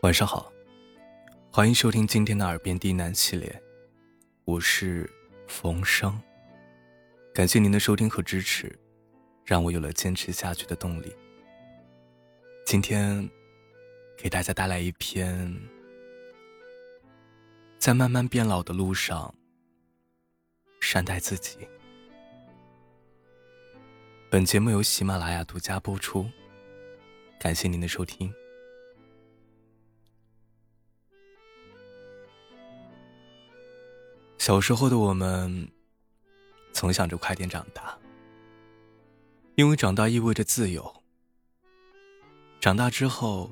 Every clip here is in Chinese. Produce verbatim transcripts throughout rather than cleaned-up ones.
晚上好，欢迎收听今天的耳边低喃系列，我是冯生。感谢您的收听和支持，让我有了坚持下去的动力。今天给大家带来一篇在慢慢变老的路上善待自己。本节目由喜马拉雅独家播出，感谢您的收听。小时候的我们总想着快点长大，因为长大意味着自由。长大之后，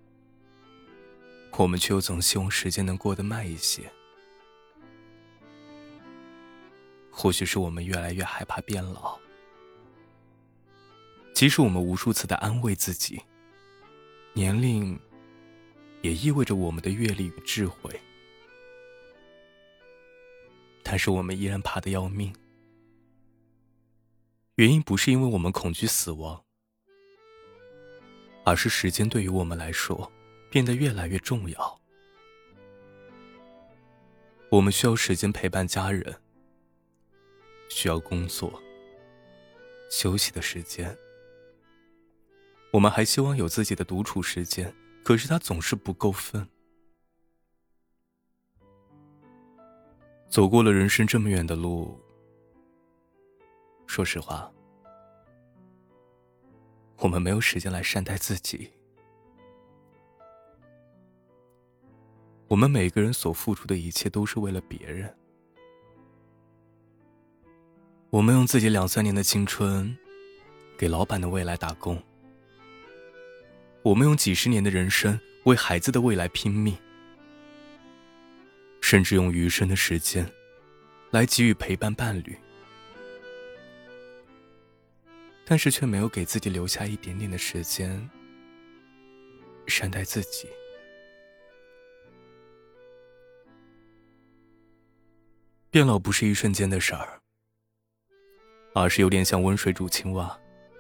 我们却又总希望时间能过得慢一些。或许是我们越来越害怕变老，即使我们无数次的安慰自己，年龄也意味着我们的阅历与智慧，但是我们依然怕得要命。原因不是因为我们恐惧死亡，而是时间对于我们来说变得越来越重要。我们需要时间陪伴家人，需要工作休息的时间，我们还希望有自己的独处时间，可是它总是不够分。走过了人生这么远的路，说实话，我们没有时间来善待自己。我们每个人所付出的一切都是为了别人。我们用自己两三年的青春给老板的未来打工，我们用几十年的人生为孩子的未来拼命，甚至用余生的时间来给予陪伴伴侣，但是却没有给自己留下一点点的时间善待自己。变老不是一瞬间的事儿，而是有点像温水煮青蛙。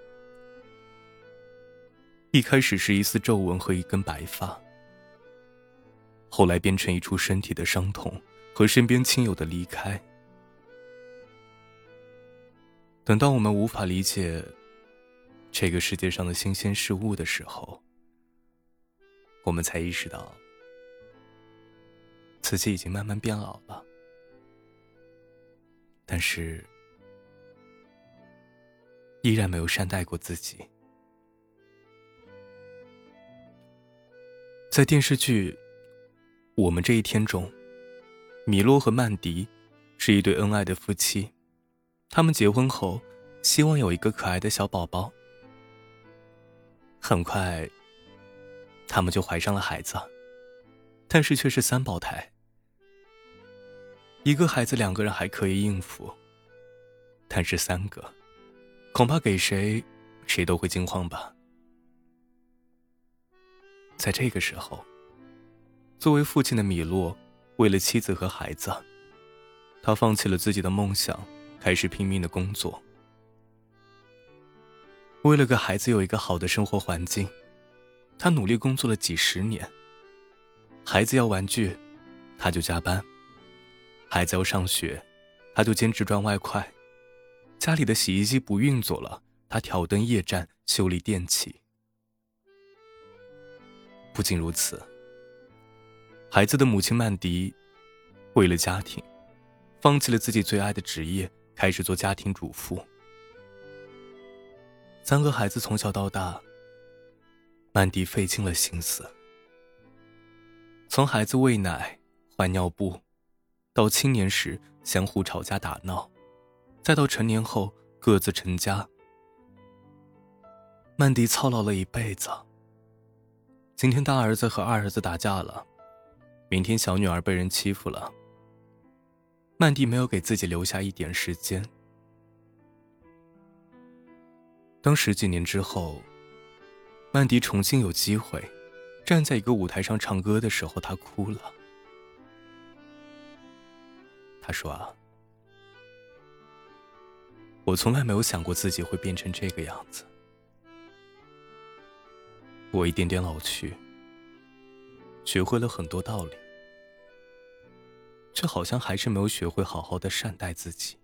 一开始是一丝皱纹和一根白发，后来变成一处身体的伤痛和身边亲友的离开。等到我们无法理解这个世界上的新鲜事物的时候，我们才意识到自己已经慢慢变老了，但是依然没有善待过自己。在电视剧《我们这一天》中，米洛和曼迪是一对恩爱的夫妻，他们结婚后希望有一个可爱的小宝宝。很快他们就怀上了孩子，但是却是三胞胎。一个孩子两个人还可以应付，但是三个恐怕给谁谁都会惊慌吧。在这个时候，作为父亲的米洛为了妻子和孩子，他放弃了自己的梦想，开始拼命的工作。为了给孩子有一个好的生活环境，他努力工作了几十年。孩子要玩具，他就加班；孩子要上学，他就兼职赚外快；家里的洗衣机不运作了，他挑灯夜战修理电器。不仅如此，孩子的母亲曼迪为了家庭，放弃了自己最爱的职业，开始做家庭主妇。三个孩子从小到大，曼迪费尽了心思，从孩子喂奶换尿布，到青年时相互吵架打闹，再到成年后各自成家，曼迪操劳了一辈子。今天大儿子和二儿子打架了，明天小女儿被人欺负了，曼迪没有给自己留下一点时间。当十几年之后，曼迪重新有机会站在一个舞台上唱歌的时候，她哭了。她说啊，我从来没有想过自己会变成这个样子。我一点点老去， 学会了很多道理，却好像还是没有学会好好的善待自己。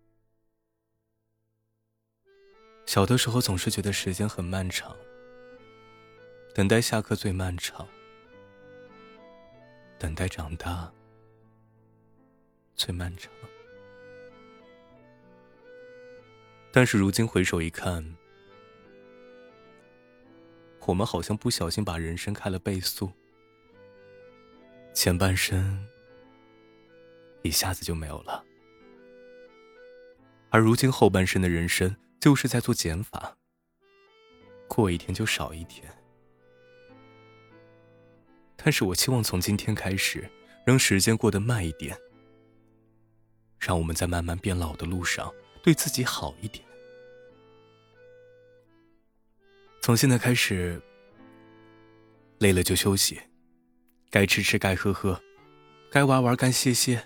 小的时候总是觉得时间很漫长，等待下课最漫长，等待长大最漫长。但是如今回首一看，我们好像不小心把人生开了倍速，前半生一下子就没有了，而如今后半生的人生就是在做减法，过一天就少一天。但是我希望从今天开始，让时间过得慢一点，让我们在慢慢变老的路上对自己好一点。从现在开始，累了就休息，该吃吃该喝喝，该玩玩该歇歇。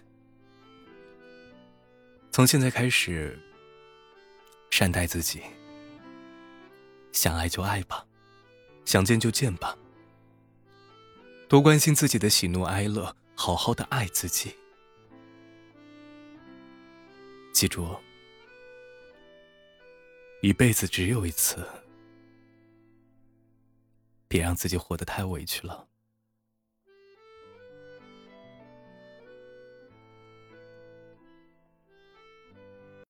从现在开始，善待自己，想爱就爱吧，想见就见吧，多关心自己的喜怒哀乐，好好的爱自己。记住，一辈子只有一次，别让自己活得太委屈了。